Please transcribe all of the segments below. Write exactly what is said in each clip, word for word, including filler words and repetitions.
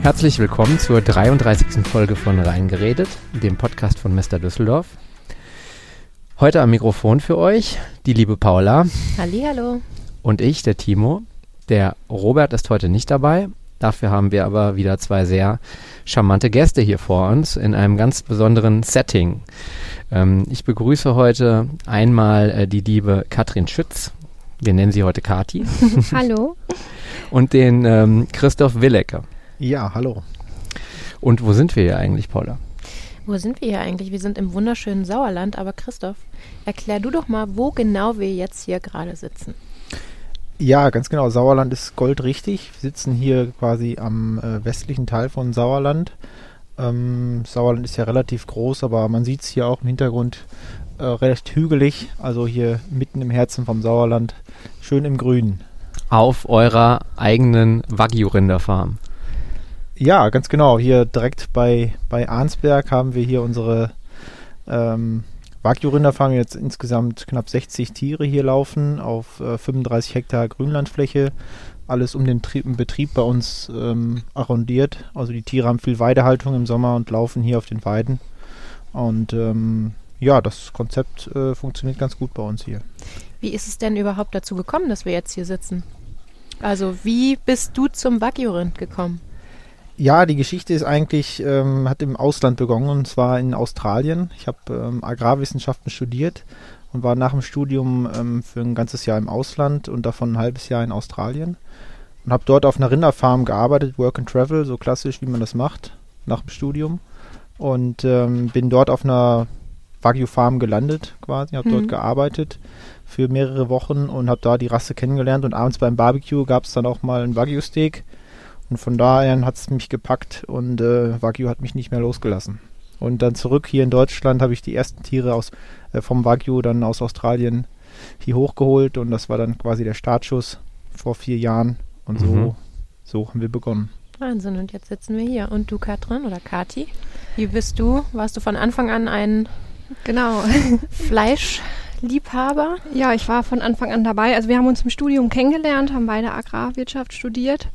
Herzlich willkommen zur dreiunddreißigsten Folge von Reingeredet, dem Podcast von Mister Düsseldorf. Heute am Mikrofon für euch die liebe Paula. Hallihallo. Und ich, der Timo. Der Robert ist heute nicht dabei. Dafür haben wir aber wieder zwei sehr charmante Gäste hier vor uns in einem ganz besonderen Setting. Ähm, ich begrüße heute einmal äh, die liebe Katrin Schütz. Wir nennen sie heute Kati. Hallo. Und den ähm, Christoph Willecke. Ja, hallo. Und wo sind wir hier eigentlich, Paula? Wo sind wir hier eigentlich? Wir sind im wunderschönen Sauerland, aber Christoph, erklär du doch mal, wo genau wir jetzt hier gerade sitzen. Ja, ganz genau. Sauerland ist goldrichtig. Wir sitzen hier quasi am äh, westlichen Teil von Sauerland. Ähm, Sauerland ist ja relativ groß, aber man sieht es hier auch im Hintergrund äh, recht hügelig. Also hier mitten im Herzen vom Sauerland, schön im Grünen. Auf eurer eigenen Wagyu-Rinderfarm. Ja, ganz genau. Hier direkt bei, bei Arnsberg haben wir hier unsere ähm, Wagyu-Rinderfarm. Jetzt insgesamt knapp sechzig Tiere hier laufen auf äh, fünfunddreißig Hektar Grünlandfläche. Alles um den Tri- Betrieb bei uns ähm, arrondiert. Also die Tiere haben viel Weidehaltung im Sommer und laufen hier auf den Weiden. Und ähm, ja, das Konzept äh, funktioniert ganz gut bei uns hier. Wie ist es denn überhaupt dazu gekommen, dass wir jetzt hier sitzen? Also wie bist du zum Wagyu-Rind gekommen? Ja, die Geschichte ist eigentlich, ähm, hat im Ausland begonnen, und zwar in Australien. Ich habe ähm, Agrarwissenschaften studiert und war nach dem Studium ähm, für ein ganzes Jahr im Ausland und davon ein halbes Jahr in Australien. Und habe dort auf einer Rinderfarm gearbeitet, Work and Travel, so klassisch, wie man das macht, nach dem Studium. Und ähm, bin dort auf einer Wagyu-Farm gelandet quasi, habe mhm. dort gearbeitet für mehrere Wochen und habe da die Rasse kennengelernt. Und abends beim Barbecue gab es dann auch mal ein Wagyu-Steak. Und von daher hat es mich gepackt und äh, Wagyu hat mich nicht mehr losgelassen. Und dann zurück hier in Deutschland habe ich die ersten Tiere aus, äh, vom Wagyu dann aus Australien hier hochgeholt und das war dann quasi der Startschuss vor vier Jahren und so, mhm. so haben wir begonnen. Wahnsinn, und jetzt sitzen wir hier. Und du, Katrin oder Kati, wie bist du? Warst du von Anfang an ein genau. Fleischliebhaber? Ja, ich war von Anfang an dabei. Also wir haben uns im Studium kennengelernt, haben beide Agrarwirtschaft studiert.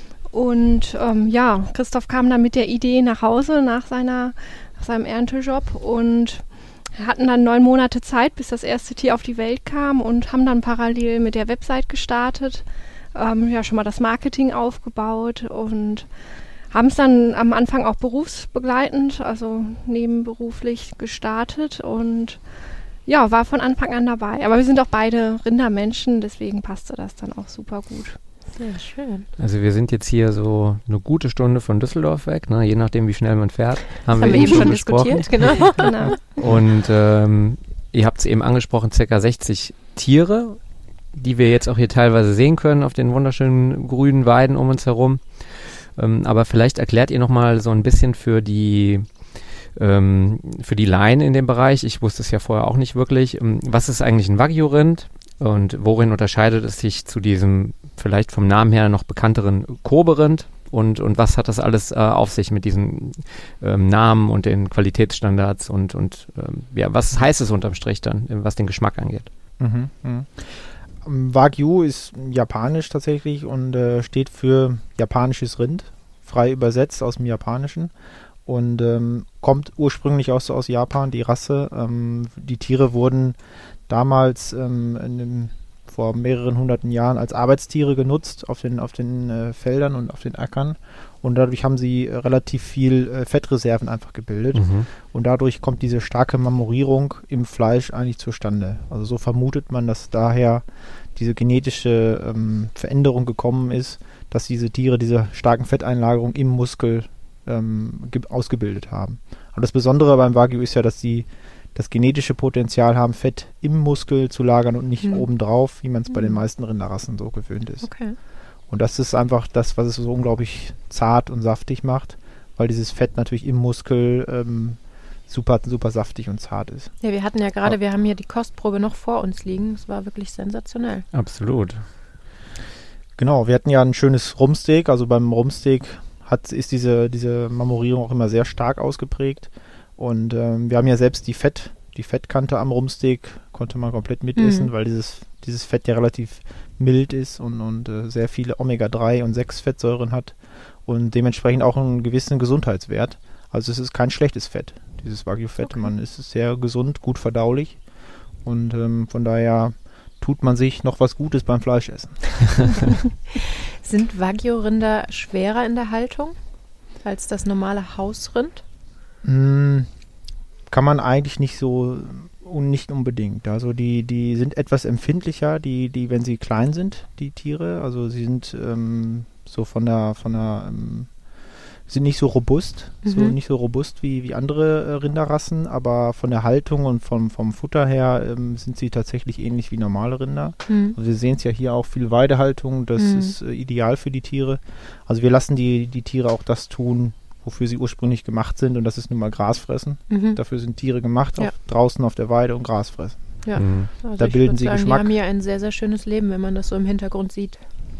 Und ähm, ja, Christoph kam dann mit der Idee nach Hause nach, seiner, nach seinem Erntejob und hatten dann neun Monate Zeit, bis das erste Tier auf die Welt kam und haben dann parallel mit der Website gestartet, ähm, ja schon mal das Marketing aufgebaut und haben es dann am Anfang auch berufsbegleitend, also nebenberuflich gestartet und ja, war von Anfang an dabei. Aber wir sind auch beide Rindermenschen, deswegen passte das dann auch super gut. Sehr schön. Also wir sind jetzt hier so eine gute Stunde von Düsseldorf weg, ne? Je nachdem, wie schnell man fährt. Haben, haben wir, wir eben schon besprochen. diskutiert, genau. genau. Und ähm, ihr habt es eben angesprochen, ca. sechzig Tiere, die wir jetzt auch hier teilweise sehen können auf den wunderschönen grünen Weiden um uns herum. Ähm, aber vielleicht erklärt ihr nochmal so ein bisschen für die ähm, für die Laien in dem Bereich, ich wusste es ja vorher auch nicht wirklich, ähm, was ist eigentlich ein Wagyu-Rind und worin unterscheidet es sich zu diesem vielleicht vom Namen her noch bekannteren Kobe-Rind und, und was hat das alles äh, auf sich mit diesen ähm, Namen und den Qualitätsstandards und, und ähm, ja, was heißt es unterm Strich dann, was den Geschmack angeht? Mhm, mh. Wagyu ist japanisch tatsächlich und äh, steht für japanisches Rind, frei übersetzt aus dem Japanischen und ähm, kommt ursprünglich aus, aus Japan, die Rasse. Ähm, die Tiere wurden damals ähm, in dem vor mehreren hunderten Jahren als Arbeitstiere genutzt auf den, auf den äh, Feldern und auf den Ackern und dadurch haben sie äh, relativ viel äh, Fettreserven einfach gebildet mhm. und dadurch kommt diese starke Marmorierung im Fleisch eigentlich zustande. Also so vermutet man, dass daher diese genetische ähm, Veränderung gekommen ist, dass diese Tiere diese starken Fetteinlagerungen im Muskel ähm, ge- ausgebildet haben. Und das Besondere beim Wagyu ist ja, dass sie das genetische Potenzial haben, Fett im Muskel zu lagern und nicht mhm. obendrauf, wie man es mhm. bei den meisten Rinderrassen so gewöhnt ist. Okay. Und das ist einfach das, was es so unglaublich zart und saftig macht, weil dieses Fett natürlich im Muskel ähm, super, super saftig und zart ist. Ja, wir hatten ja gerade, ja. wir haben hier die Kostprobe noch vor uns liegen. Es war wirklich sensationell. Absolut. Genau, wir hatten ja ein schönes Rumpsteak, also beim Rumpsteak hat, ist diese, diese Marmorierung auch immer sehr stark ausgeprägt. Und ähm, wir haben ja selbst die Fett, die Fettkante am Rumpsteak konnte man komplett mitessen, mhm. weil dieses, dieses Fett ja relativ mild ist und, und äh, sehr viele Omega drei und sechs Fettsäuren hat. und dementsprechend auch einen gewissen Gesundheitswert. Also es ist kein schlechtes Fett, dieses Wagyu-Fett. Okay. Man ist sehr gesund, gut verdaulich und ähm, von daher tut man sich noch was Gutes beim Fleischessen. Sind Wagyu-Rinder schwerer in der Haltung als das normale Hausrind? Mm, kann man eigentlich nicht so und nicht unbedingt. Also die, die sind etwas empfindlicher, die, die, wenn sie klein sind, die Tiere. Also sie sind ähm, so von der, von der ähm, sind nicht so robust, mhm. so nicht so robust wie, wie andere äh, Rinderrassen, aber von der Haltung und vom, vom Futter her ähm, sind sie tatsächlich ähnlich wie normale Rinder. Mhm. Also wir sehen es ja hier auch, viel Weidehaltung, das mhm. ist äh, ideal für die Tiere. Also wir lassen die, die Tiere auch das tun, wofür sie ursprünglich gemacht sind, und das ist nun mal Gras fressen. Mhm. Dafür sind Tiere gemacht, ja. auf, draußen auf der Weide und Gras fressen. Ja, mhm. also da bilden sie sagen, Geschmack. Die haben hier ein sehr, sehr schönes Leben, wenn man das so im Hintergrund sieht.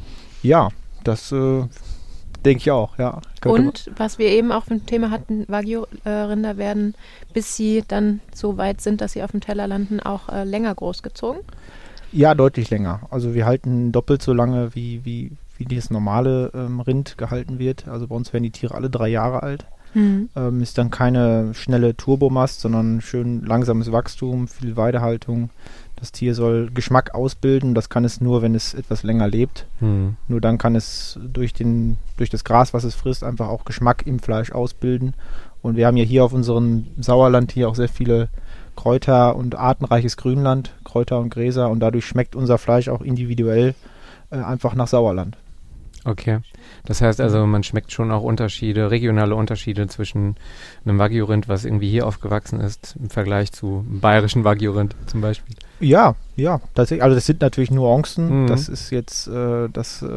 Ja, das äh, denke ich auch, ja. Und was wir eben auch im Thema hatten, Wagyu-Rinder werden, bis sie dann so weit sind, dass sie auf dem Teller landen, auch äh, länger großgezogen? Ja, deutlich länger. Also wir halten doppelt so lange, wie, wie, wie das normale ähm, Rind gehalten wird. Also bei uns werden die Tiere alle drei Jahre alt. Mhm. Ähm, ist dann keine schnelle Turbomast, sondern schön langsames Wachstum, viel Weidehaltung. Das Tier soll Geschmack ausbilden. Das kann es nur, wenn es etwas länger lebt. Mhm. Nur dann kann es durch, den, durch das Gras, was es frisst, einfach auch Geschmack im Fleisch ausbilden. Und wir haben ja hier auf unserem Sauerland hier auch sehr viele Kräuter und artenreiches Grünland, Kräuter und Gräser. Und dadurch schmeckt unser Fleisch auch individuell äh, einfach nach Sauerland. Okay, das heißt also, man schmeckt schon auch Unterschiede, regionale Unterschiede zwischen einem Wagyu-Rind, was irgendwie hier aufgewachsen ist, im Vergleich zu einem bayerischen Wagyu-Rind zum Beispiel. Ja, ja, tatsächlich. Also das sind natürlich Nuancen. Mhm. Das ist jetzt, äh, das äh,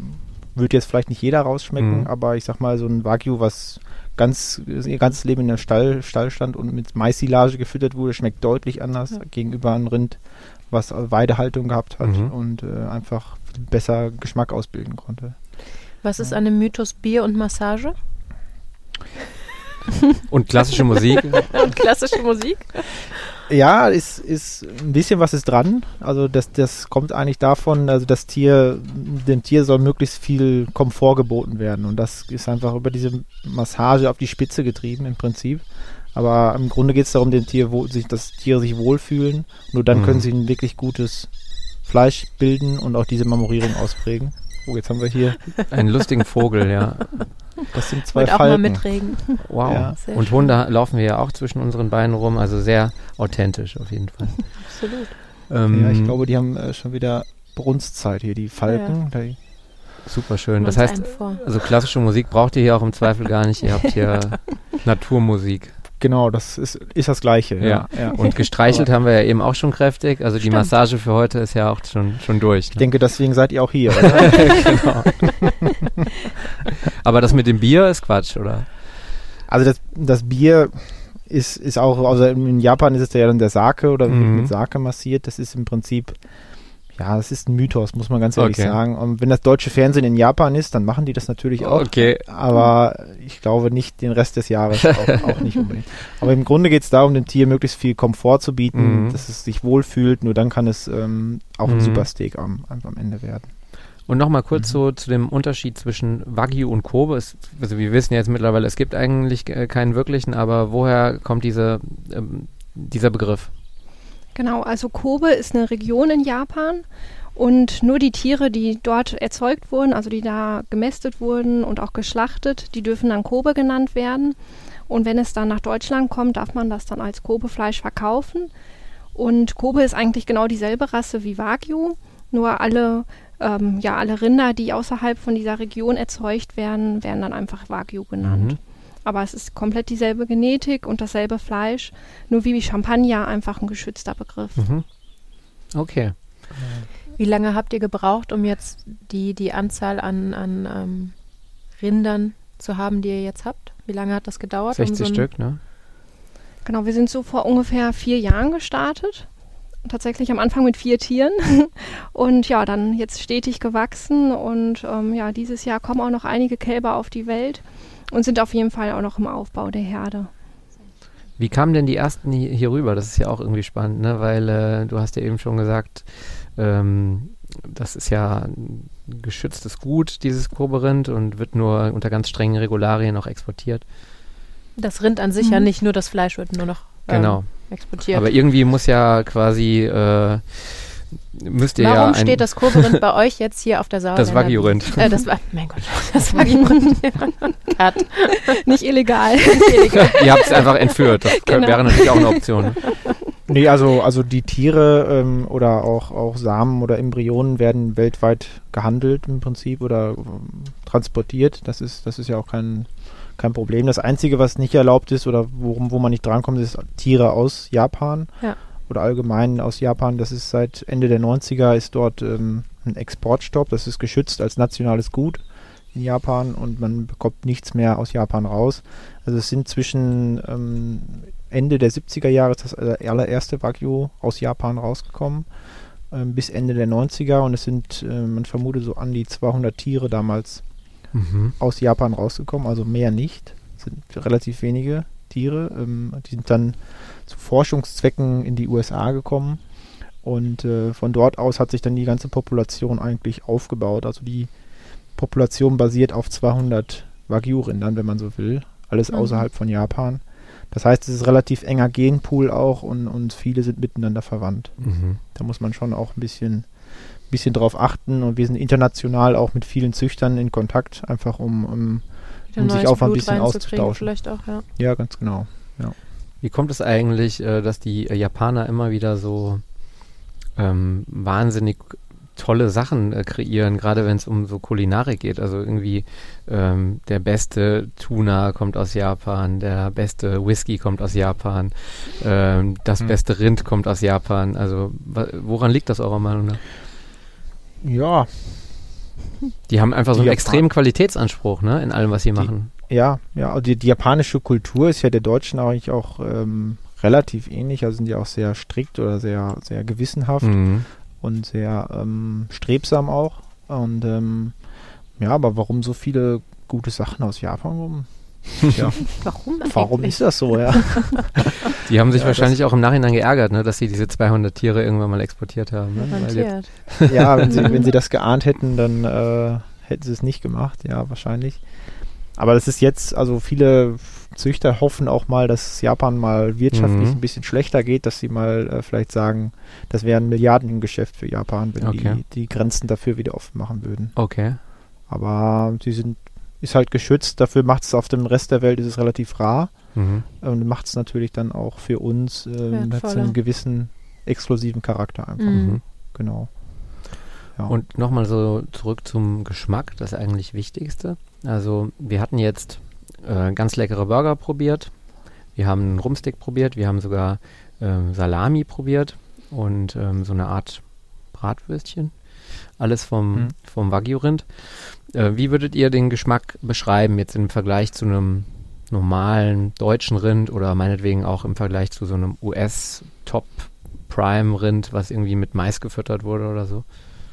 wird jetzt vielleicht nicht jeder rausschmecken, mhm. aber ich sag mal, so ein Wagyu, was ganz ihr ganzes Leben in der Stall, Stall stand und mit Mais-Silage gefüttert wurde, schmeckt deutlich anders ja. gegenüber einem Rind, was Weidehaltung gehabt hat mhm. und äh, einfach besser Geschmack ausbilden konnte. Was ist an dem Mythos Bier und Massage? Und klassische Musik? Und klassische Musik? Ja, ist, ist ein bisschen was ist dran. Also das, das kommt eigentlich davon, also das Tier, dem Tier soll möglichst viel Komfort geboten werden. Und das ist einfach über diese Massage auf die Spitze getrieben im Prinzip. Aber im Grunde geht es darum, dem Tier, wo sich das Tier sich wohlfühlen. Nur dann mhm. können sie ein wirklich gutes Fleisch bilden und auch diese Marmorierung ausprägen. Oh, jetzt haben wir hier einen lustigen Vogel, ja. Das sind zwei und Falken. Auch mal mitregen. Wow. Ja. Und schön. Hunde laufen wir ja auch zwischen unseren Beinen rum, also sehr authentisch auf jeden Fall. Absolut. Ähm, ja, ich glaube, die haben äh, schon wieder Brunstzeit hier, die Falken. Ja. Die super schön. Das heißt, also klassische Musik braucht ihr hier auch im Zweifel gar nicht. Ihr habt hier Naturmusik. Genau, das ist, ist das Gleiche. Ja. Ja. Ja. Und gestreichelt haben wir ja eben auch schon kräftig. Also die Stimmt. Massage für heute ist ja auch schon, schon durch. Ich Ne? denke, deswegen seid ihr auch hier, oder? Genau. Aber das mit dem Bier ist Quatsch, oder? Also das, das Bier ist, ist auch, also in Japan ist es ja dann der Sake oder Mhm. mit Sake massiert. Das ist im Prinzip, ja, das ist ein Mythos, muss man ganz ehrlich Okay. sagen. Und wenn das deutsche Fernsehen in Japan ist, dann machen die das natürlich auch. Okay. Aber ich glaube nicht den Rest des Jahres, auch, auch nicht unbedingt. Aber im Grunde geht es darum, dem Tier möglichst viel Komfort zu bieten, Mhm. dass es sich wohlfühlt. Nur dann kann es ähm, auch ein Mhm. super Steak am, am Ende werden. Und nochmal kurz Mhm. so zu dem Unterschied zwischen Wagyu und Kobe. Es, also wir wissen jetzt mittlerweile, es gibt eigentlich äh, keinen wirklichen, aber woher kommt diese, ähm, dieser Begriff? Genau, also Kobe ist eine Region in Japan und nur die Tiere, die dort erzeugt wurden, also die da gemästet wurden und auch geschlachtet, die dürfen dann Kobe genannt werden. Und wenn es dann nach Deutschland kommt, darf man das dann als Kobe-Fleisch verkaufen. Und Kobe ist eigentlich genau dieselbe Rasse wie Wagyu, nur alle, ähm, ja, alle Rinder, die außerhalb von dieser Region erzeugt werden, werden dann einfach Wagyu genannt. Mhm. Aber es ist komplett dieselbe Genetik und dasselbe Fleisch, nur wie Champagner einfach ein geschützter Begriff. Mhm. Okay. Wie lange habt ihr gebraucht, um jetzt die, die Anzahl an, an ähm, Rindern zu haben, die ihr jetzt habt? Wie lange hat das gedauert? um sechzig so ein- Stück, ne? Genau, wir sind so vor ungefähr vier Jahren gestartet. Tatsächlich am Anfang mit vier Tieren und ja, dann jetzt stetig gewachsen und ähm, ja, dieses Jahr kommen auch noch einige Kälber auf die Welt und sind auf jeden Fall auch noch im Aufbau der Herde. Wie kamen denn die ersten hi- hier rüber? Das ist ja auch irgendwie spannend, ne? Weil äh, du hast ja eben schon gesagt, ähm, das ist ja ein geschütztes Gut, dieses Kobe-Rind, und wird nur unter ganz strengen Regularien auch exportiert. Das Rind an sich Mhm. ja nicht, nur das Fleisch wird nur noch ähm, Genau. exportiert. Aber irgendwie muss ja quasi, äh, müsst ihr Warum ja ein, steht das Kobe-Rind bei euch jetzt hier auf der Sauerländer? das Wagyu-Rind. Äh, das war, mein Gott, das Wagyu-Rind. Cut. Nicht illegal. Ihr habt es einfach entführt. Das Genau. wäre natürlich auch eine Option. Ne? Nee, also, also die Tiere ähm, oder auch, auch Samen oder Embryonen werden weltweit gehandelt im Prinzip oder ähm, transportiert. Das ist, das ist ja auch kein, kein Problem. Das Einzige, was nicht erlaubt ist oder worum, wo man nicht drankommt, ist Tiere aus Japan. Ja. Oder allgemein aus Japan. Das ist seit Ende der neunziger ist dort ähm, ein Exportstopp. Das ist geschützt als nationales Gut in Japan und man bekommt nichts mehr aus Japan raus. Also es sind zwischen ähm, Ende der siebziger Jahre ist das allererste Wagyu aus Japan rausgekommen, ähm, bis Ende der neunziger, und es sind, äh, man vermutet, so an die zweihundert Tiere damals Mhm. aus Japan rausgekommen, also mehr nicht. Es sind relativ wenige Tiere. Ähm, die sind dann zu Forschungszwecken in die U S A gekommen und äh, von dort aus hat sich dann die ganze Population eigentlich aufgebaut. Also die Population basiert auf zweihundert Wagyu-Rindern, wenn man so will. Alles Mhm. außerhalb von Japan. Das heißt, es ist ein relativ enger Genpool auch und, und viele sind miteinander verwandt. Mhm. Da muss man schon auch ein bisschen, bisschen drauf achten, und wir sind international auch mit vielen Züchtern in Kontakt, einfach um, um Wieder um sich neues auch mal ein Blut bisschen reinzukriegen auszutauschen. Vielleicht auch, ja. Ja, ganz genau. Wie kommt es eigentlich, äh, dass die äh, Japaner immer wieder so ähm, wahnsinnig tolle Sachen äh, kreieren, gerade wenn es um so Kulinarik geht? Also irgendwie ähm, der beste Tuna kommt aus Japan, der beste Whisky kommt aus Japan, ähm, das Hm. beste Rind kommt aus Japan. Also wa- woran liegt das eurer Meinung nach? Ja, Die haben einfach so Die einen Japan- extremen Qualitätsanspruch, ne, in allem, was sie machen. ja, ja. Also die, die japanische Kultur ist ja der deutschen eigentlich auch ähm, relativ ähnlich. Also sind die auch sehr strikt oder sehr, sehr gewissenhaft Mhm. und sehr ähm, strebsam auch. Und ähm, ja, aber warum so viele gute Sachen aus Japan kommen? Ja, Warum warum eigentlich? ist das so, ja? Die haben sich Ja, wahrscheinlich auch im Nachhinein geärgert, ne, dass sie diese zweihundert Tiere irgendwann mal exportiert haben. Ne? Weil jetzt- Garantiert. Ja, wenn sie, wenn sie das geahnt hätten, dann äh, hätten sie es nicht gemacht, ja, wahrscheinlich. Aber das ist jetzt, also viele Züchter hoffen auch mal, dass Japan mal wirtschaftlich Mhm. ein bisschen schlechter geht, dass sie mal äh, vielleicht sagen, das wäre ein Milliardengeschäft für Japan, wenn Okay. die die Grenzen dafür wieder offen machen würden. Okay. Aber sie sind, ist halt geschützt, dafür macht es auf dem Rest der Welt, ist es relativ rar. Mhm. Und macht es natürlich dann auch für uns, ähm, hat so Wertvoller. einen gewissen exklusiven Charakter einfach. Mhm. Genau. Ja. Und nochmal so zurück zum Geschmack, das eigentlich Wichtigste. Also wir hatten jetzt äh, ganz leckere Burger probiert, wir haben einen Rumsteak probiert, wir haben sogar ähm, Salami probiert und ähm, so eine Art Bratwürstchen. Alles vom, Mhm. vom Wagyu-Rind. Äh, wie würdet ihr den Geschmack beschreiben, jetzt im Vergleich zu einem normalen deutschen Rind oder meinetwegen auch im Vergleich zu so einem U S-Top-Prime-Rind, was irgendwie mit Mais gefüttert wurde oder so?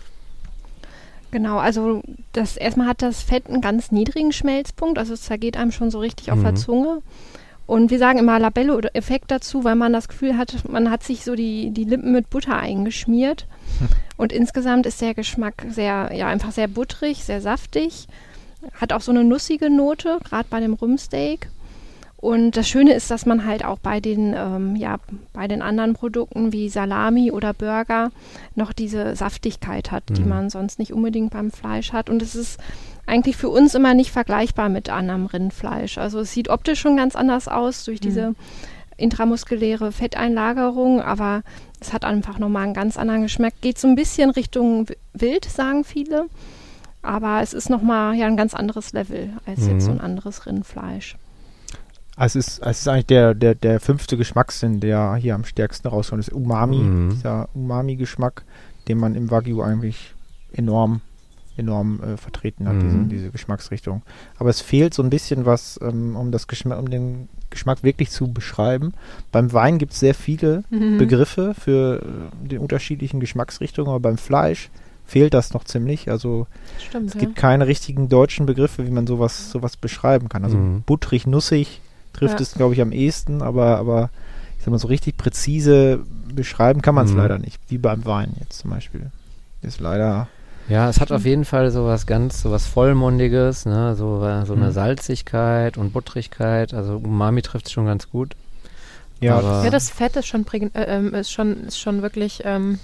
Genau, also das erstmal hat das Fett einen ganz niedrigen Schmelzpunkt, also es zergeht einem schon so richtig auf Mhm. der Zunge. Und wir sagen immer Labello-Effekt dazu, weil man das Gefühl hat, man hat sich so die, die Lippen mit Butter eingeschmiert. Und insgesamt ist der Geschmack sehr, ja, einfach sehr butterig, sehr saftig. Hat auch so eine nussige Note, gerade bei dem Rumsteak. Und das Schöne ist, dass man halt auch bei den, ähm, ja, bei den anderen Produkten wie Salami oder Burger noch diese Saftigkeit hat, die Mhm. man sonst nicht unbedingt beim Fleisch hat. Und es ist eigentlich für uns immer nicht vergleichbar mit anderem Rindfleisch. Also es sieht optisch schon ganz anders aus durch diese intramuskuläre Fetteinlagerung, aber es hat einfach nochmal einen ganz anderen Geschmack. Geht so ein bisschen Richtung Wi- Wild, sagen viele. Aber es ist nochmal ja, ein ganz anderes Level als Mhm. jetzt so ein anderes Rindfleisch. Also es ist, es ist eigentlich der, der, der fünfte Geschmackssinn, der hier am stärksten rauskommt. Das Umami, Mhm. dieser Umami-Geschmack, den man im Wagyu eigentlich enorm, enorm äh, vertreten hat, Mhm. diesen, diese Geschmacksrichtung. Aber es fehlt so ein bisschen was, ähm, um, das Geschma- um den Geschmack wirklich zu beschreiben. Beim Wein gibt es sehr viele Mhm. Begriffe für äh, die unterschiedlichen Geschmacksrichtungen, aber beim Fleisch fehlt das noch ziemlich. Also Stimmt, es ja. gibt keine richtigen deutschen Begriffe, wie man sowas, sowas beschreiben kann. Also Mhm. butterig, nussig trifft Ja. es, glaube ich, am ehesten, aber, aber ich wenn man so richtig präzise beschreiben kann man es Mhm. leider nicht. Wie beim Wein jetzt zum Beispiel. Ist leider... Ja, es hat auf jeden Fall sowas ganz, sowas Vollmundiges, ne? so, äh, so eine Mhm. Salzigkeit und Buttrigkeit. Also Umami trifft es schon ganz gut. Ja, Aber- Ja, das Fett ist schon, prägn- äh, ähm, ist schon, ist schon wirklich ähm,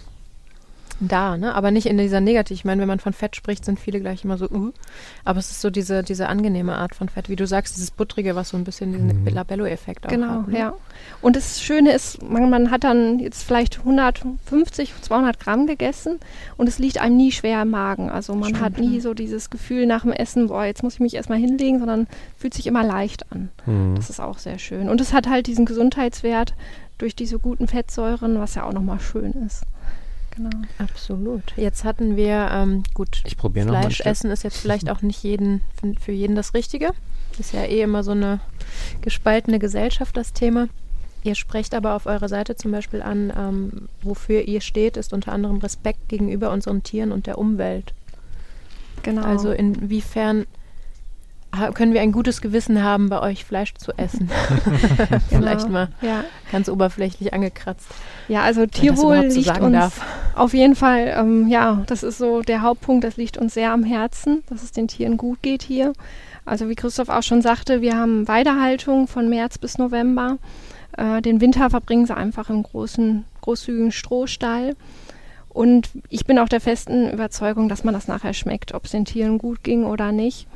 da, ne? Aber nicht in dieser Negativ. Ich meine, wenn man von Fett spricht, sind viele gleich immer so, uh. Aber es ist so diese, diese angenehme Art von Fett, wie du sagst, dieses Buttrige, was so ein bisschen diesen Mhm. Labello-Effekt auch Genau, hat. Ne? ja. Und das Schöne ist, man, man hat dann jetzt vielleicht hundertfünfzig, zweihundert Gramm gegessen und es liegt einem nie schwer im Magen. Also man Stimmt, hat nie ja. so dieses Gefühl nach dem Essen, boah, jetzt muss ich mich erstmal hinlegen, sondern fühlt sich immer leicht an. Mhm. Das ist auch sehr schön. Und es hat halt diesen Gesundheitswert durch diese guten Fettsäuren, was ja auch nochmal schön ist. Genau. Absolut. Jetzt hatten wir, ähm, gut, Ich probiere noch mal ein Fleisch Stück. essen ist jetzt vielleicht auch nicht jeden, für, für jeden das Richtige. Ist ja eh immer so eine gespaltene Gesellschaft, das Thema. Ihr sprecht aber auf eurer Seite zum Beispiel an, ähm, wofür ihr steht, ist unter anderem Respekt gegenüber unseren Tieren und der Umwelt. Genau. Also inwiefern ha- können wir ein gutes Gewissen haben, bei euch Fleisch zu essen? Vielleicht mal Ja. ganz oberflächlich angekratzt. Ja, also Wenn das Tierwohl überhaupt so liegt sagen uns darf. auf jeden Fall, ähm, ja, das ist so der Hauptpunkt, das liegt uns sehr am Herzen, dass es den Tieren gut geht hier. Also wie Christoph auch schon sagte, wir haben Weidehaltung von März bis November. Äh, den Winter verbringen sie einfach im großen, großzügigen Strohstall. Und ich bin auch der festen Überzeugung, dass man das nachher schmeckt, ob es den Tieren gut ging oder nicht.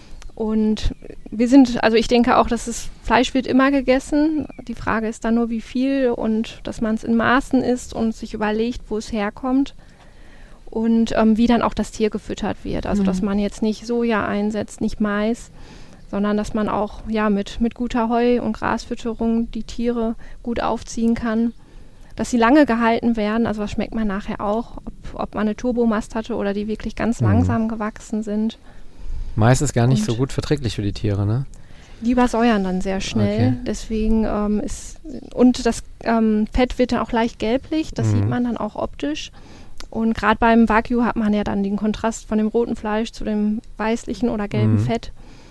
Und wir sind, also ich denke auch, dass das Fleisch wird immer gegessen. Die Frage ist dann nur, wie viel und dass man es in Maßen isst und sich überlegt, wo es herkommt. Und ähm, wie dann auch das Tier gefüttert wird. Also Mhm. dass man jetzt nicht Soja einsetzt, nicht Mais, sondern dass man auch ja mit, mit guter Heu- und Grasfütterung die Tiere gut aufziehen kann. Dass sie lange gehalten werden, also das schmeckt man nachher auch, ob, ob man eine Turbomast hatte oder die wirklich ganz Mhm. langsam gewachsen sind. Mais ist gar nicht Und- so gut verträglich für die Tiere, ne? Die übersäuern dann sehr schnell. Okay. Deswegen ähm, ist und das ähm, Fett wird dann auch leicht gelblich, das Mhm. sieht man dann auch optisch. Und gerade beim Wagyu hat man ja dann den Kontrast von dem roten Fleisch zu dem weißlichen oder gelben Mhm. Fett.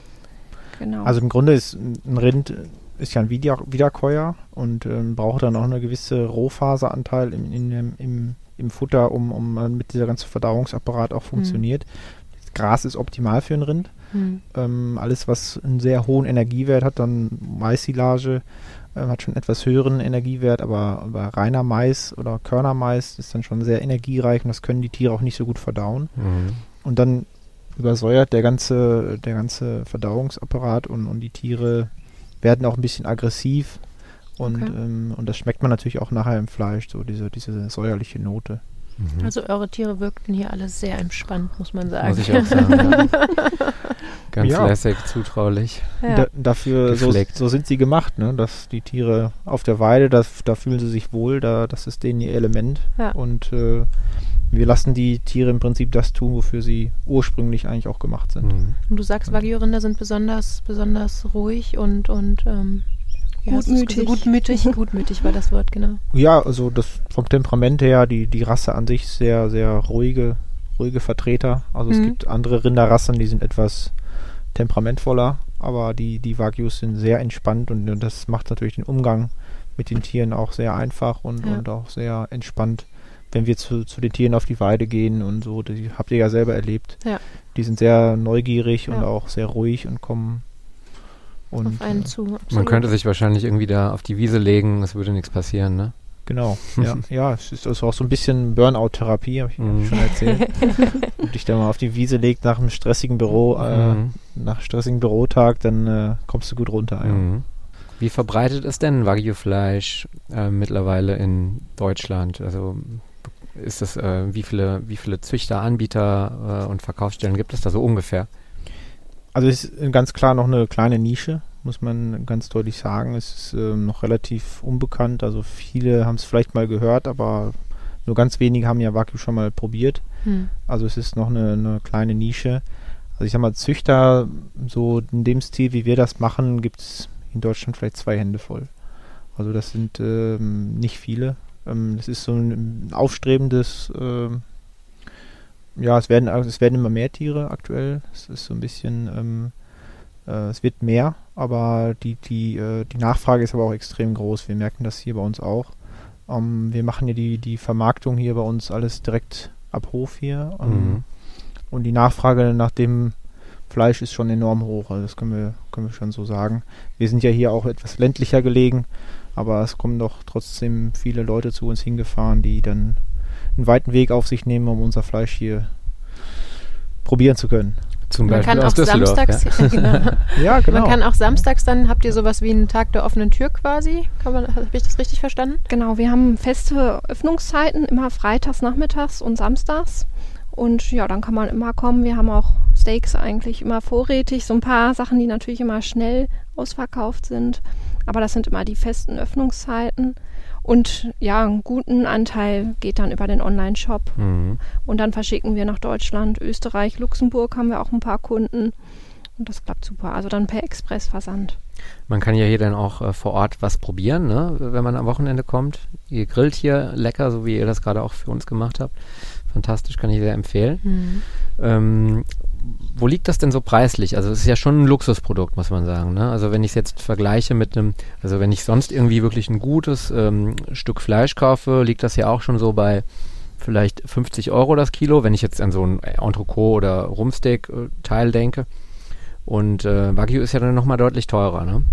Genau. Also im Grunde ist ein Rind ist ja ein Wieder Wiederkäuer und ähm, braucht dann auch eine gewisse Rohfaseranteil im, in dem, im, im Futter, um, um äh, mit dieser ganze Verdauungsapparat auch funktioniert. Das Gras ist optimal für ein Rind. Hm. Ähm, alles, was einen sehr hohen Energiewert hat, dann Maissilage ähm, hat schon etwas höheren Energiewert, aber, aber reiner Mais oder Körnermais ist dann schon sehr energiereich und das können die Tiere auch nicht so gut verdauen. Mhm. Und dann übersäuert der ganze, der ganze Verdauungsapparat und, und die Tiere werden auch ein bisschen aggressiv und, Okay. ähm, und das schmeckt man natürlich auch nachher im Fleisch, so diese, diese säuerliche Note. Mhm. Also eure Tiere wirkten hier alle sehr entspannt, muss man sagen. Muss ich auch sagen. Ja. Ganz Ja. lässig, zutraulich. Ja. Da, dafür, so, Gepflegt. so sind sie gemacht, ne? Dass die Tiere auf der Weide, das, da fühlen sie sich wohl, da, das ist denen ihr Element. Ja. Und äh, wir lassen die Tiere im Prinzip das tun, wofür sie ursprünglich eigentlich auch gemacht sind. Mhm. Und du sagst, Wagyu-Rinder sind besonders, besonders ruhig und, und ähm, wie hast du's Gutmütig. gesagt? Gutmütig. Gutmütig war das Wort, genau. Ja, also das vom Temperament her, die, die Rasse an sich sehr, sehr ruhige, ruhige Vertreter. Also es Mhm. gibt andere Rinderrassen, die sind etwas temperamentvoller, aber die, die Wagyus sind sehr entspannt und, und das macht natürlich den Umgang mit den Tieren auch sehr einfach und, Ja. und auch sehr entspannt. Wenn wir zu, zu den Tieren auf die Weide gehen und so, die habt ihr ja selber erlebt. Ja. Die sind sehr neugierig und Ja. auch sehr ruhig und kommen und Auf einen äh, zu. Man Absolut. könnte sich wahrscheinlich irgendwie da auf die Wiese legen, es würde nichts passieren, ne? genau, ja, ja, es ist also auch so ein bisschen Burnout-Therapie, habe ich Mhm. schon erzählt. Und dich da mal auf die Wiese legt nach einem stressigen Büro, äh, Mhm. nach stressigen Bürotag, dann äh, kommst du gut runter. Ja. Mhm. Wie verbreitet ist denn Wagyu-Fleisch äh, mittlerweile in Deutschland? Also ist das, äh, wie viele, wie viele Züchter, Anbieter äh, und Verkaufsstellen gibt es da so ungefähr? Also es ist ganz klar noch eine kleine Nische, muss man ganz deutlich sagen. Es ist ähm, noch relativ unbekannt. Also viele haben es vielleicht mal gehört, aber nur ganz wenige haben ja Wagyu schon mal probiert. Hm. Also es ist noch eine, eine kleine Nische. Also ich sag mal, Züchter, so in dem Stil, wie wir das machen, gibt es in Deutschland vielleicht zwei Hände voll. Also das sind ähm, nicht viele. Ähm, das ist so ein aufstrebendes, ähm, ja, es werden, es werden immer mehr Tiere aktuell. Es ist so ein bisschen, ähm, äh, es wird mehr aber die, die, äh, die Nachfrage ist aber auch extrem groß. Wir merken das hier bei uns auch. Ähm, wir machen ja die, die Vermarktung hier bei uns alles direkt ab Hof hier. Ähm, Mhm. Und die Nachfrage nach dem Fleisch ist schon enorm hoch. Also das können wir, können wir schon so sagen. Wir sind ja hier auch etwas ländlicher gelegen, aber es kommen doch trotzdem viele Leute zu uns hingefahren, die dann einen weiten Weg auf sich nehmen, um unser Fleisch hier probieren zu können. Zum Man Beispiel kann aus auch Düsseldorf. samstags, Ja. genau. Ja, genau. Man kann auch samstags dann, habt ihr sowas wie einen Tag der offenen Tür quasi? Habe ich das richtig verstanden? Genau, wir haben feste Öffnungszeiten, immer freitags, nachmittags und samstags. Und ja, dann kann man immer kommen. Wir haben auch Steaks eigentlich immer vorrätig. So ein paar Sachen, die natürlich immer schnell ausverkauft sind. Aber das sind immer die festen Öffnungszeiten. Und ja, einen guten Anteil geht dann über den Online-Shop. Mhm. Und dann verschicken wir nach Deutschland, Österreich, Luxemburg haben wir auch ein paar Kunden. Und das klappt super. Also dann per Expressversand. Man kann ja hier dann auch äh, vor Ort was probieren, ne? Wenn man am Wochenende kommt. Ihr grillt hier lecker, so wie ihr das gerade auch für uns gemacht habt. Fantastisch, kann ich sehr empfehlen. Mhm. Ähm, wo liegt das denn so preislich? Also es ist ja schon ein Luxusprodukt, muss man sagen. Ne? Also wenn ich es jetzt vergleiche mit einem, also wenn ich sonst irgendwie wirklich ein gutes ähm, Stück Fleisch kaufe, liegt das ja auch schon so bei vielleicht fünfzig Euro das Kilo, wenn ich jetzt an so ein Entrecot oder Rumpsteak-Teil denke. Und äh, Wagyu ist ja dann nochmal deutlich teurer, ne?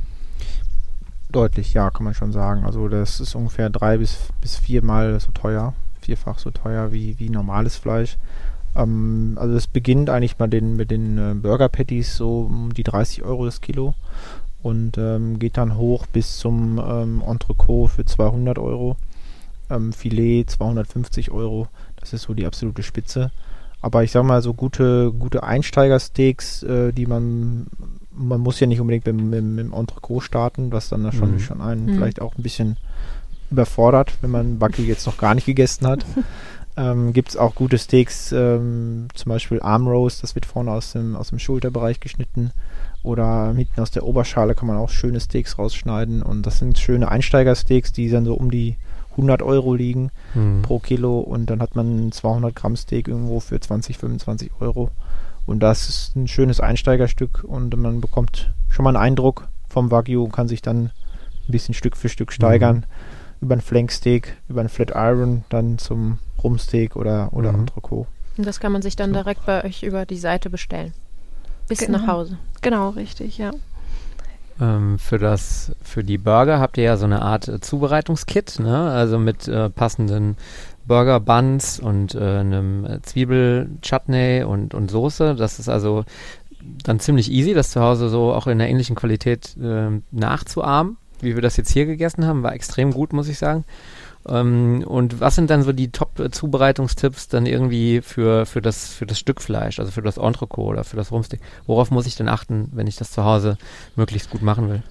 Deutlich, ja, kann man schon sagen. Also das ist ungefähr drei bis, bis viermal so teuer, vierfach so teuer wie, wie normales Fleisch. Ähm, also es beginnt eigentlich mal den, mit den äh, Burger Patties so um die dreißig Euro das Kilo und ähm, geht dann hoch bis zum ähm, Entrecot für zweihundert Euro, ähm, Filet zweihundertfünfzig Euro, das ist so die absolute Spitze. Aber ich sag mal, so gute, gute Einsteigersteaks, äh, die man, man muss ja nicht unbedingt mit, mit, mit dem Entrecot starten, was dann da schon, Mhm. schon einen Mhm. vielleicht auch ein bisschen überfordert, wenn man Wagyu jetzt noch gar nicht gegessen hat. Ähm, gibt es auch gute Steaks, ähm, zum Beispiel Arm Roast, das wird vorne aus dem, aus dem Schulterbereich geschnitten. Oder hinten aus der Oberschale kann man auch schöne Steaks rausschneiden. Und das sind schöne Einsteigersteaks, die dann so um die hundert Euro liegen Mhm. pro Kilo. Und dann hat man ein zweihundert Gramm Steak irgendwo für zwanzig, fünfundzwanzig Euro. Und das ist ein schönes Einsteigerstück und man bekommt schon mal einen Eindruck vom Wagyu und kann sich dann ein bisschen Stück für Stück steigern. Mhm. Über ein Flanksteak, über ein Flat Iron, dann zum Rumpsteak oder, oder Mhm. Entrecot. Und das kann man sich dann So. direkt bei euch über die Seite bestellen. Bis Genau. nach Hause. Genau, richtig, ja. Ähm, für das, für die Burger habt ihr ja so eine Art äh, Zubereitungskit, ne? Also mit äh, passenden Burger Buns und äh, einem äh, Zwiebel-Chutney und, und Soße. Das ist also dann ziemlich easy, das zu Hause so auch in einer ähnlichen Qualität äh, nachzuahmen, wie wir das jetzt hier gegessen haben. War extrem gut, muss ich sagen. Ähm, und was sind dann so die Top-Zubereitungstipps dann irgendwie für, für, das, für das Stück Fleisch, also für das Entrecot oder für das Rumpsteak? Worauf muss ich denn achten, wenn ich das zu Hause möglichst gut machen will?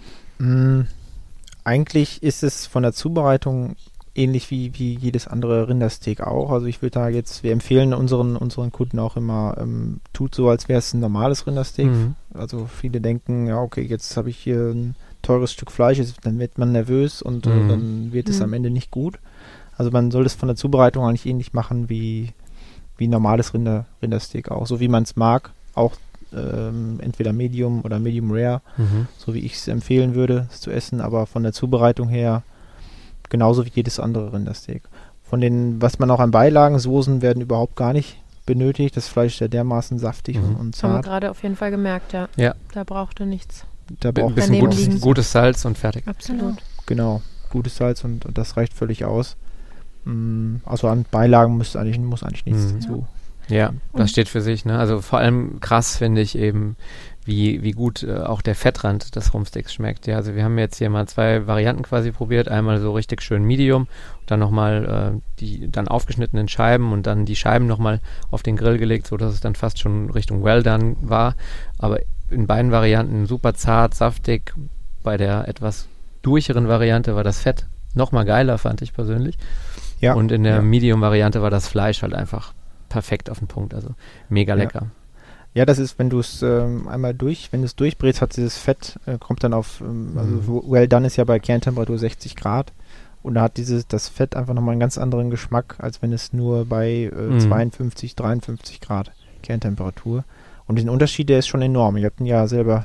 Mm, eigentlich ist es von der Zubereitung ähnlich wie, wie jedes andere Rindersteak auch. Also ich würde da jetzt, wir empfehlen unseren, unseren Kunden auch immer, ähm, tut so, als wäre es ein normales Rindersteak. Mhm. Also viele denken, ja okay, jetzt habe ich hier ein teures Stück Fleisch, jetzt, dann wird man nervös und Mhm. äh, dann wird es Mhm. am Ende nicht gut. Also man soll es von der Zubereitung eigentlich ähnlich machen wie, wie normales Rinder, Rindersteak auch. So wie man es mag, auch ähm, entweder Medium oder Medium Rare, Mhm. so wie ich es empfehlen würde, es zu essen, aber von der Zubereitung her genauso wie jedes andere Rindersteak. Von den, was man auch an Beilagen, Soßen werden überhaupt gar nicht benötigt. Das Fleisch ist ja dermaßen saftig Mhm. und, und Haben wir zart. gerade auf jeden Fall gemerkt, ja. Ja. Da braucht er nichts. Da Ein braucht bisschen daneben gutes, liegen. gutes Salz und fertig. Absolut. genau gutes Salz und, und das reicht völlig aus. Mm, Also an Beilagen muss eigentlich, muss eigentlich nichts Mhm. dazu. Ja, das Und- steht für sich. Ne? Also vor allem krass finde ich eben, wie, wie gut äh, auch der Fettrand des Rumpsteaks schmeckt. Ja, also wir haben jetzt hier mal zwei Varianten quasi probiert. Einmal so richtig schön Medium, dann nochmal äh, die dann aufgeschnittenen Scheiben und dann die Scheiben nochmal auf den Grill gelegt, sodass es dann fast schon Richtung Well done war. Aber in beiden Varianten super zart, saftig. Bei der etwas durcheren Variante war das Fett nochmal geiler, fand ich persönlich. Ja. Und in der ja. Medium-Variante war das Fleisch halt einfach perfekt auf den Punkt. Also mega Ja. lecker. Ja, das ist, wenn du es ähm, einmal durch, wenn du es durchbrätst, hat dieses Fett, äh, kommt dann auf, ähm, also Mhm. Well Done ist ja bei Kerntemperatur sechzig Grad und da hat dieses, das Fett einfach nochmal einen ganz anderen Geschmack, als wenn es nur bei äh, Mhm. zweiundfünfzig, dreiundfünfzig Grad Kerntemperatur. Und den Unterschied, der ist schon enorm. Ihr habt ihn ja selber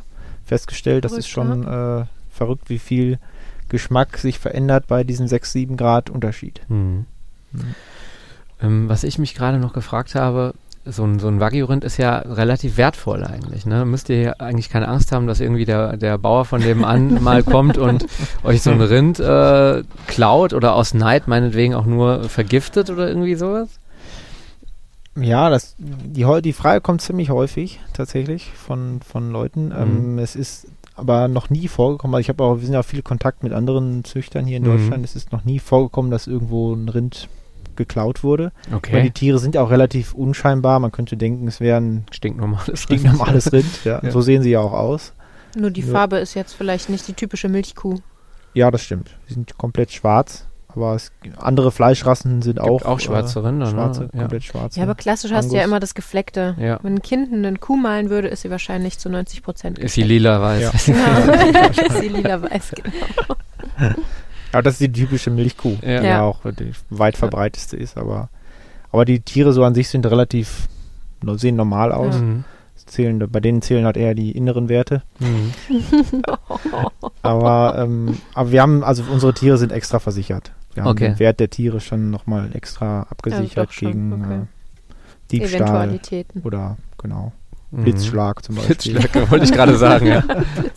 festgestellt. Das Verrückt, ist schon äh, verrückt, wie viel Geschmack sich verändert bei diesem sechs, sieben Grad Unterschied. Mhm. Mhm. Ähm, was ich mich gerade noch gefragt habe, so ein, so ein Wagyu-Rind ist ja relativ wertvoll eigentlich. Ne? Müsst ihr eigentlich keine Angst haben, dass irgendwie der, der Bauer von nebenan mal kommt und euch so ein Rind äh, klaut oder aus Neid meinetwegen auch nur vergiftet oder irgendwie sowas? Ja, das, die, Heu- die Frage kommt ziemlich häufig tatsächlich von, von Leuten. Mhm. Ähm, es ist aber noch nie vorgekommen, also ich habe auch, wir sind ja auch viel Kontakt mit anderen Züchtern hier in Mhm. Deutschland. Es ist noch nie vorgekommen, dass irgendwo ein Rind geklaut wurde. Okay. Weil die Tiere sind ja auch relativ unscheinbar. Man könnte denken, es wäre ein Stinknormales stinknormales Rind. Ja. Ja. So sehen sie ja auch aus. Nur die Ja. Farbe ist jetzt vielleicht nicht die typische Milchkuh. Ja, das stimmt. Die sind komplett schwarz. Aber es, andere Fleischrassen sind Gibt auch, auch schwarze Rinder, äh, schwarze, ne? Ja. komplett schwarze. Ja, aber klassisch hast du ja Angus. immer das Gefleckte. Ja. Wenn ein Kind eine Kuh malen würde, ist sie wahrscheinlich zu neunzig Prozent Ist sie lila-weiß. Ja. Genau. ist sie lila-weiß, genau. Aber das ist die typische Milchkuh, Ja. die Ja. ja auch die weit verbreiteste ist. Aber, aber die Tiere so an sich sind relativ, sehen normal aus. Mhm. Zählen, bei denen zählen halt eher die inneren Werte. Mhm. Aber, ähm, aber wir haben, also unsere Tiere sind extra versichert. Wir haben Okay. den Wert der Tiere schon nochmal extra abgesichert doch schon, gegen okay. äh, Diebstahl Eventualitäten. oder genau Mhm. Blitzschlag zum Beispiel. Blitzschlag, wollte ich gerade sagen, ja.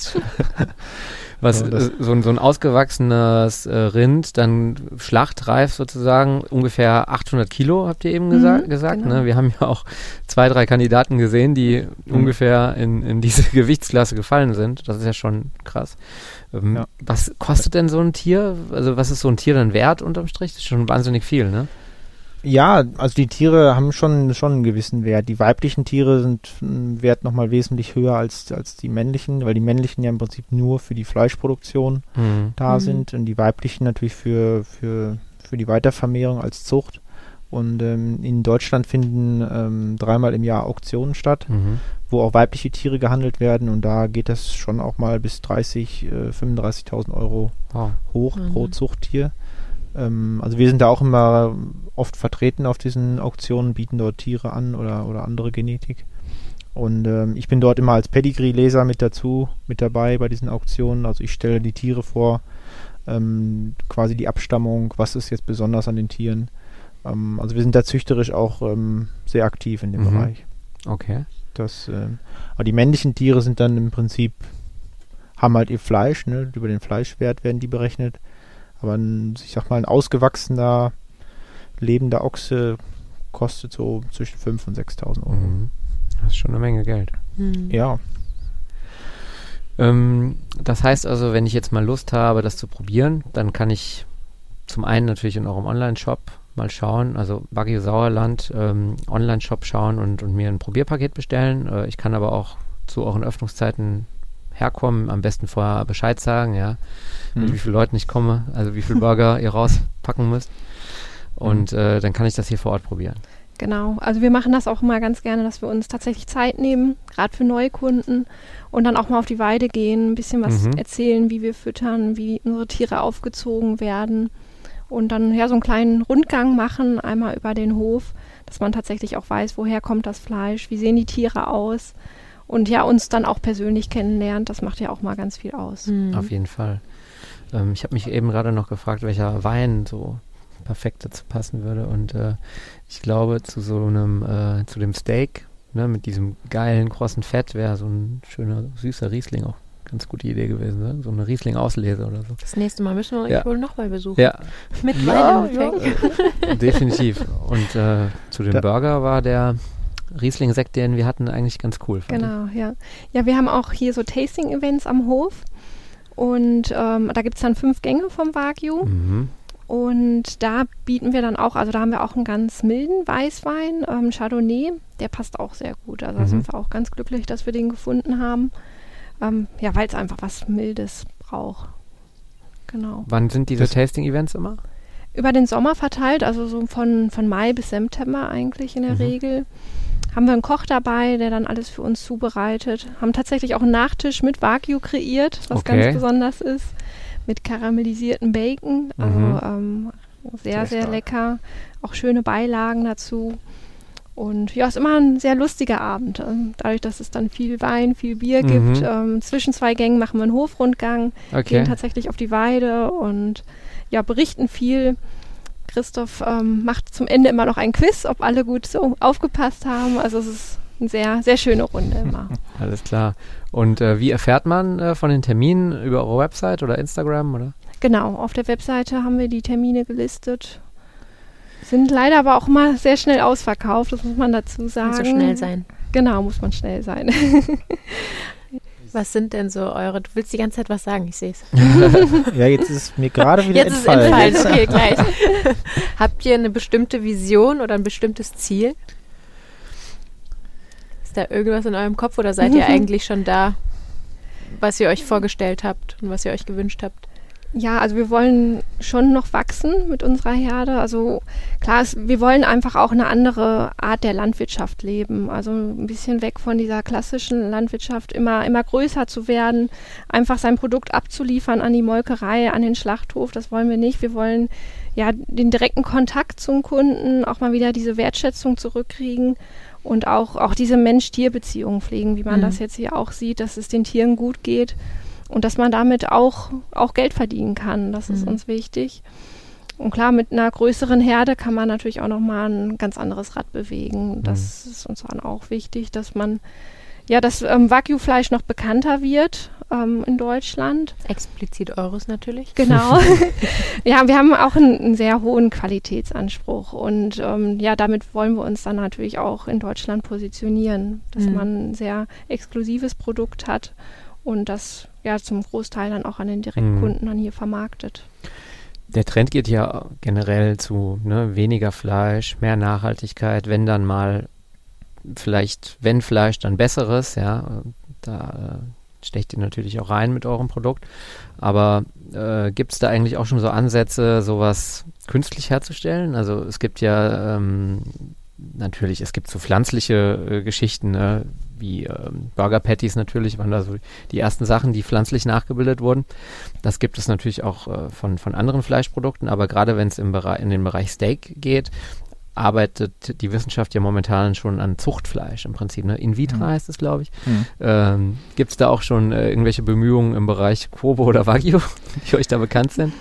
Was, Ja, das- äh, so, ein, so ein ausgewachsenes äh, Rind, dann schlachtreif sozusagen, ungefähr achthundert Kilo, habt ihr eben gesa Mhm, gesagt. genau. Ne? Wir haben ja auch zwei, drei Kandidaten gesehen, die Mhm. ungefähr in, in diese Gewichtsklasse gefallen sind. Das ist ja schon krass. Ähm, Ja. Was kostet denn so ein Tier? Also was ist so ein Tier dann wert unterm Strich? Das ist schon wahnsinnig viel, ne? Ja, also die Tiere haben schon, schon einen gewissen Wert. Die weiblichen Tiere sind ein Wert nochmal wesentlich höher als, als die männlichen, weil die männlichen ja im Prinzip nur für die Fleischproduktion Mhm. da Mhm. sind und die weiblichen natürlich für, für, für die Weitervermehrung als Zucht. Und ähm, in Deutschland finden ähm, dreimal im Jahr Auktionen statt, Mhm. wo auch weibliche Tiere gehandelt werden und da geht das schon auch mal bis dreißig, äh, fünfunddreißigtausend Euro Wow. hoch Mhm. pro Zuchttier. Ähm, also wir sind da auch immer oft vertreten auf diesen Auktionen, bieten dort Tiere an oder, oder andere Genetik. Und ähm, ich bin dort immer als Pedigree-Leser mit dazu, mit dabei bei diesen Auktionen. Also ich stelle die Tiere vor, ähm, quasi die Abstammung, was ist jetzt besonders an den Tieren. Ähm, also wir sind da züchterisch auch ähm, sehr aktiv in dem Mhm. Bereich. Okay. Das, ähm, aber die männlichen Tiere sind dann im Prinzip, haben halt ihr Fleisch, ne? Über den Fleischwert werden die berechnet. Aber ein, ich sag mal, ein ausgewachsener, lebender Ochse kostet so zwischen fünftausend und sechstausend Euro. Mhm. Das ist schon eine Menge Geld. Hm. Ja, Ähm, das heißt also, wenn ich jetzt mal Lust habe, das zu probieren, dann kann ich zum einen natürlich in eurem Online-Shop mal schauen, also Wagyu Sauerland ähm, Online-Shop schauen und, und mir ein Probierpaket bestellen. Äh, ich kann aber auch zu euren Öffnungszeiten herkommen, am besten vorher Bescheid sagen, ja, mit Mhm. wie vielen Leuten ich komme, also wie viele Burger ihr rauspacken müsst. Und äh, dann kann ich das hier vor Ort probieren. Genau, also wir machen das auch immer ganz gerne, dass wir uns tatsächlich Zeit nehmen, gerade für Neukunden und dann auch mal auf die Weide gehen, ein bisschen was Mhm. erzählen, wie wir füttern, wie unsere Tiere aufgezogen werden und dann ja so einen kleinen Rundgang machen, einmal über den Hof, dass man tatsächlich auch weiß, woher kommt das Fleisch, wie sehen die Tiere aus und ja, uns dann auch persönlich kennenlernt, das macht ja auch mal ganz viel aus. Hm. Auf jeden Fall. Ähm, ich habe mich eben gerade noch gefragt, welcher Wein so perfekt dazu passen würde. Und äh, ich glaube, zu so einem, äh, zu dem Steak, ne, mit diesem geilen, krossen Fett, wäre so ein schöner, süßer Riesling auch ganz gute Idee gewesen. Ne? So eine Riesling-Auslese oder so. Das nächste Mal müssen wir euch Ja. wohl noch mal besuchen. Ja, Mit Ja, Wein im Gepäck. äh, definitiv. Und äh, zu dem Da- Burger war der Riesling-Sekt, den wir hatten, eigentlich ganz cool. fand Genau, ja. Ja, wir haben auch hier so Tasting-Events am Hof und ähm, da gibt es dann fünf Gänge vom Wagyu. ich. Mhm. Und da bieten wir dann auch, also da haben wir auch einen ganz milden Weißwein, ähm, Chardonnay, der passt auch sehr gut. Also da Mhm. sind wir auch ganz glücklich, dass wir den gefunden haben. Ähm, ja, weil es einfach was Mildes braucht. Genau. Wann sind diese Das- Tasting-Events immer? Über den Sommer verteilt, also so von, von Mai bis September eigentlich in der Mhm. Regel, haben wir einen Koch dabei, der dann alles für uns zubereitet. Haben tatsächlich auch einen Nachtisch mit Wagyu kreiert, was Okay. ganz besonders ist. Mit karamellisierten Bacon. Also Mhm. ähm, sehr, Sehr sehr stark. lecker. Auch schöne Beilagen dazu. Und ja, es ist immer ein sehr lustiger Abend. Ähm, dadurch, dass es dann viel Wein, viel Bier Mhm. gibt. Ähm, zwischen zwei Gängen machen wir einen Hofrundgang, Okay. gehen tatsächlich auf die Weide und ja, berichten viel. Christoph ähm, macht zum Ende immer noch ein Quiz, ob alle gut so aufgepasst haben. Also es ist eine sehr, sehr schöne Runde immer. Alles klar. Und äh, wie erfährt man äh, von den Terminen über eure Website oder Instagram, oder? Genau, auf der Webseite haben wir die Termine gelistet. Sind leider aber auch mal sehr schnell ausverkauft, das muss man dazu sagen. Muss so schnell sein. Genau, muss man schnell sein. Was sind denn so eure, du willst die ganze Zeit was sagen, ich sehe es. Ja, jetzt ist es mir gerade wieder Jetzt ist es entfallen. entfallen, okay, gleich. Habt ihr eine bestimmte Vision oder ein bestimmtes Ziel? Ist da irgendwas in eurem Kopf oder seid ihr eigentlich schon da, was ihr euch vorgestellt habt und was ihr euch gewünscht habt? Ja, also wir wollen schon noch wachsen mit unserer Herde. Also klar, es, wir wollen einfach auch eine andere Art der Landwirtschaft leben. Also ein bisschen weg von dieser klassischen Landwirtschaft, immer, immer größer zu werden, einfach sein Produkt abzuliefern an die Molkerei, an den Schlachthof. Das wollen wir nicht. Wir wollen ja den direkten Kontakt zum Kunden, auch mal wieder diese Wertschätzung zurückkriegen und auch, auch diese Mensch-Tier-Beziehung pflegen, wie man Mhm. das jetzt hier auch sieht, dass es den Tieren gut geht. Und dass man damit auch, auch Geld verdienen kann, das ist Mhm. uns wichtig. Und klar, mit einer größeren Herde kann man natürlich auch nochmal ein ganz anderes Rad bewegen. Das ist uns dann auch wichtig, dass man, ja, dass ähm, Wagyu-Fleisch noch bekannter wird ähm, in Deutschland. Explizit eures natürlich. Genau. Ja, wir haben auch einen, einen sehr hohen Qualitätsanspruch. Und ähm, ja, damit wollen wir uns dann natürlich auch in Deutschland positionieren, dass Mhm. man ein sehr exklusives Produkt hat und das ja zum Großteil dann auch an den Direktkunden dann hier vermarktet. Der Trend geht ja generell zu ne, weniger Fleisch, mehr Nachhaltigkeit, wenn dann mal vielleicht, wenn Fleisch, dann besseres, ja, da äh, stecht ihr natürlich auch rein mit eurem Produkt, aber äh, gibt es da eigentlich auch schon so Ansätze, sowas künstlich herzustellen? Also es gibt ja ähm, natürlich, es gibt so pflanzliche äh, Geschichten, ne? wie ähm, Burger Patties natürlich, waren da so die ersten Sachen, die pflanzlich nachgebildet wurden. Das gibt es natürlich auch äh, von, von anderen Fleischprodukten, aber gerade wenn es im Bereich, in den Bereich Steak geht, arbeitet die Wissenschaft ja momentan schon an Zuchtfleisch im Prinzip. Ne? In vitro Mhm. heißt es, glaube ich. Mhm. Ähm, gibt es da auch schon äh, irgendwelche Bemühungen im Bereich Kobe oder Wagyu, die euch da bekannt sind?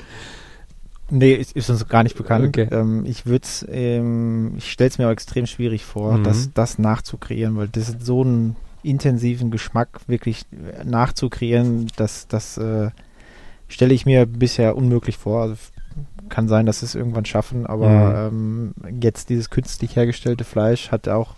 Nee, ist, ist uns gar nicht bekannt. Okay. Ähm, ich würde es, ähm, ich stelle es mir auch extrem schwierig vor, Mhm. das, das nachzukreieren, weil das ist so einen intensiven Geschmack wirklich äh, nachzukreieren, das, das äh, stelle ich mir bisher unmöglich vor. Also f- kann sein, dass es irgendwann schaffen, aber ähm, jetzt dieses künstlich hergestellte Fleisch hat auch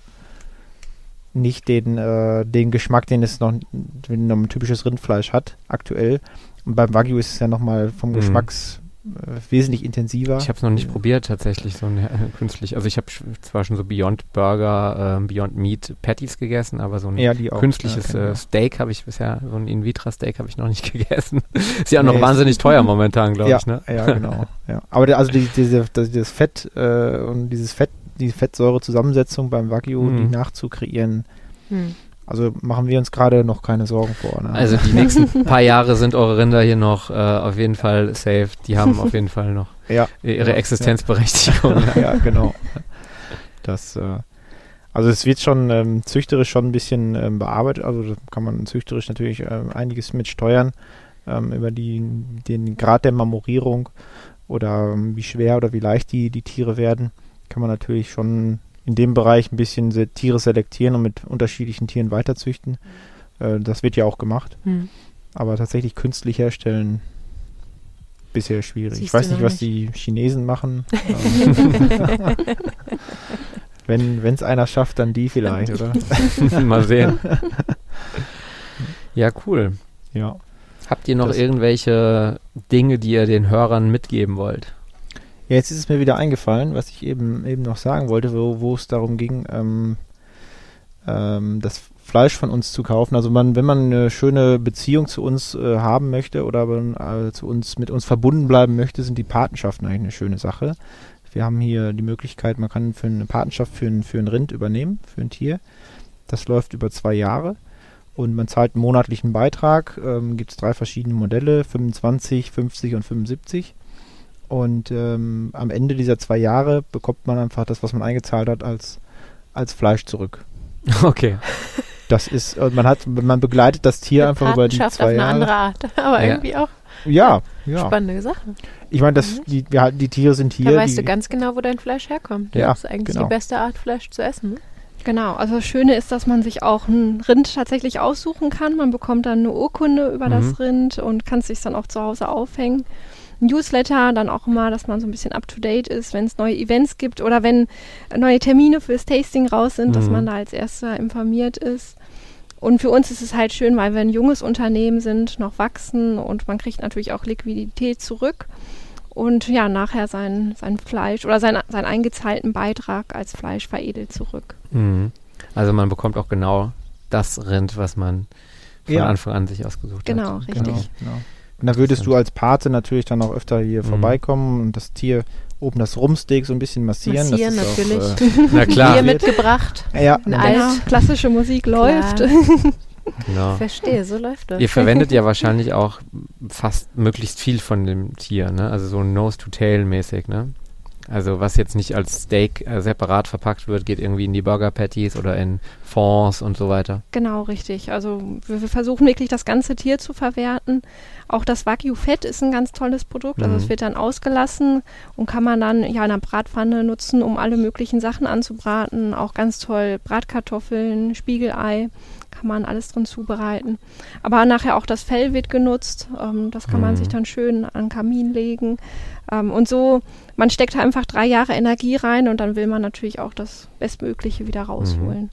nicht den, äh, den Geschmack, den es noch, den noch ein typisches Rindfleisch hat, aktuell. Und beim Wagyu ist es ja nochmal vom Mhm. Geschmacks äh, wesentlich intensiver. Ich habe es noch nicht probiert, tatsächlich, so ein, äh, künstlich. Also ich habe sch- zwar schon so Beyond Burger, äh, Beyond Meat Patties gegessen, aber so ein Ja, die auch. künstliches Ja, äh, genau. Steak habe ich bisher, so ein In-Vitra-Steak habe ich noch nicht gegessen. Ist ja auch Nee, noch ist- wahnsinnig teuer momentan, glaube ja, ich, ne? ja, genau. Ja. Aber der, also die, diese, das, das Fett äh, und dieses Fett, die Fettsäurezusammensetzung beim Wagyu, Mhm. die nachzukreieren, Hm. also machen wir uns gerade noch keine Sorgen vor. Ne? Also die nächsten paar Jahre sind eure Rinder hier noch äh, auf jeden Fall safe. Die haben auf jeden Fall noch ja, ihre Ja, Existenzberechtigung. ja, genau. Das, äh, also es wird schon ähm, züchterisch schon ein bisschen ähm, bearbeitet, also da kann man züchterisch natürlich ähm, einiges mit steuern, ähm, über die, den Grad der Marmorierung oder ähm, wie schwer oder wie leicht die, die Tiere werden, kann man natürlich schon in dem Bereich ein bisschen se- Tiere selektieren und mit unterschiedlichen Tieren weiterzüchten. Äh, das wird ja auch gemacht, Hm. aber tatsächlich künstlich herstellen bisher schwierig. Siehst ich weiß du nicht, noch was die Chinesen machen. Ähm, Wenn es einer schafft, dann die vielleicht, oder? Mal sehen. Ja, cool. Ja. Habt ihr noch Das- irgendwelche Dinge, die ihr den Hörern mitgeben wollt? Ja, jetzt ist es mir wieder eingefallen, was ich eben eben noch sagen wollte, wo, wo es darum ging, ähm, ähm, das Fleisch von uns zu kaufen. Also man, wenn man eine schöne Beziehung zu uns äh, haben möchte oder man, äh, zu uns mit uns verbunden bleiben möchte, sind die Patenschaften eigentlich eine schöne Sache. Wir haben hier die Möglichkeit, man kann für eine Patenschaft für ein, für ein Rind übernehmen, für ein Tier. Das läuft über zwei Jahre und man zahlt einen monatlichen Beitrag. Ähm, gibt es drei verschiedene Modelle, fünfundzwanzig, fünfzig und fünfundsiebzig. Und ähm, am Ende dieser zwei Jahre bekommt man einfach das, was man eingezahlt hat, als, als Fleisch zurück. Okay. Das ist, man hat, man begleitet das Tier Eine einfach über die Partnerschaft zwei auf eine Jahre. andere Art, aber Ja. irgendwie auch Ja, ja. spannende Sache. Ich meine, das, die, ja, die Tiere sind hier. Da weißt die, du ganz genau, wo dein Fleisch herkommt. Ja, Das ist eigentlich genau. die beste Art, Fleisch zu essen. Ne? Genau, also das Schöne ist, dass man sich auch ein Rind tatsächlich aussuchen kann. Man bekommt dann eine Urkunde über Mhm. das Rind und kann es sich dann auch zu Hause aufhängen. Ein Newsletter, dann auch immer, dass man so ein bisschen up-to-date ist, wenn es neue Events gibt oder wenn neue Termine fürs Tasting raus sind, dass Mhm. man da als Erster informiert ist. Und für uns ist es halt schön, weil wir ein junges Unternehmen sind, noch wachsen und man kriegt natürlich auch Liquidität zurück. Und ja, nachher sein, sein Fleisch oder sein, seinen eingezahlten Beitrag als Fleisch veredelt zurück. Mhm. Also man bekommt auch genau das Rind, was man von Ja. Anfang an sich ausgesucht Genau, hat. richtig. Genau, genau. Und dann würdest du als Pate natürlich dann auch öfter hier Mhm. vorbeikommen und das Tier oben das Rumpsteak so ein bisschen massieren. Massieren, das ist natürlich. Auch, Na klar, Bier mitgebracht. äh, ja, Ein und Alt. Genau, klassische Musik läuft. Klar. genau. Verstehe, so läuft das. Ihr verwendet ja wahrscheinlich auch fast möglichst viel von dem Tier, ne? Also so Nose-to-Tail-mäßig, ne? Also was jetzt nicht als Steak äh, separat verpackt wird, geht irgendwie in die Burger Patties oder in Fonds und so weiter. Genau, richtig. Also wir, wir versuchen wirklich das ganze Tier zu verwerten. Auch das Wagyu-Fett ist ein ganz tolles Produkt. Also Mhm. es wird dann ausgelassen und kann man dann ja in einer Bratpfanne nutzen, um alle möglichen Sachen anzubraten. Auch ganz toll Bratkartoffeln, Spiegelei, kann man alles drin zubereiten. Aber nachher auch das Fell wird genutzt. Ähm, das kann man Mhm. sich dann schön an den Kamin legen. Ähm, und so, man steckt da einfach drei Jahre Energie rein und dann will man natürlich auch das Bestmögliche wieder rausholen.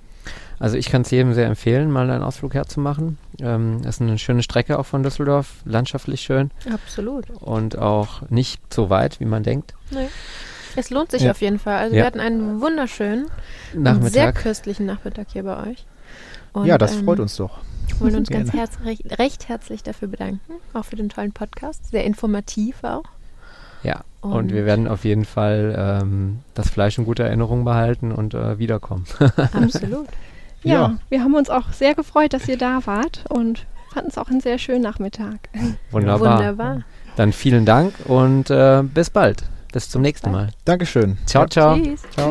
Also ich kann es jedem sehr empfehlen, mal einen Ausflug herzumachen. Ähm, ist eine schöne Strecke auch von Düsseldorf, landschaftlich schön Absolut. und auch nicht so weit, wie man denkt. Nee. Es lohnt sich Ja. auf jeden Fall. Also Ja. wir hatten einen wunderschönen, und sehr Nachmittag. köstlichen Nachmittag hier bei euch. Und, ja, das ähm, freut uns doch. wollen uns ganz Gerne. herz, recht, recht herzlich dafür bedanken, auch für den tollen Podcast. Sehr informativ auch. Ja, und, Und- wir werden auf jeden Fall ähm, das Fleisch in guter Erinnerung behalten und äh, wiederkommen. Absolut. Ja, Ja. wir haben uns auch sehr gefreut, dass ihr da wart und fanden es auch einen sehr schönen Nachmittag. Wunderbar. Wunderbar. Dann vielen Dank und äh, bis bald. Bis zum nächsten Mal. Dankeschön. Ciao, Ja. ciao. Tschüss. Ciao.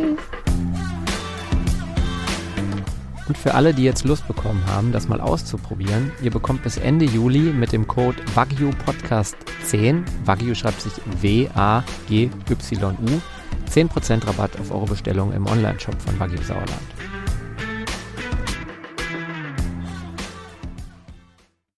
Und für alle, die jetzt Lust bekommen haben, das mal auszuprobieren, ihr bekommt bis Ende Juli mit dem Code Wagyu Podcast zehn, Wagyu schreibt sich W A G Y U, zehn Prozent Rabatt auf eure Bestellung im Onlineshop von Wagyu Sauerland.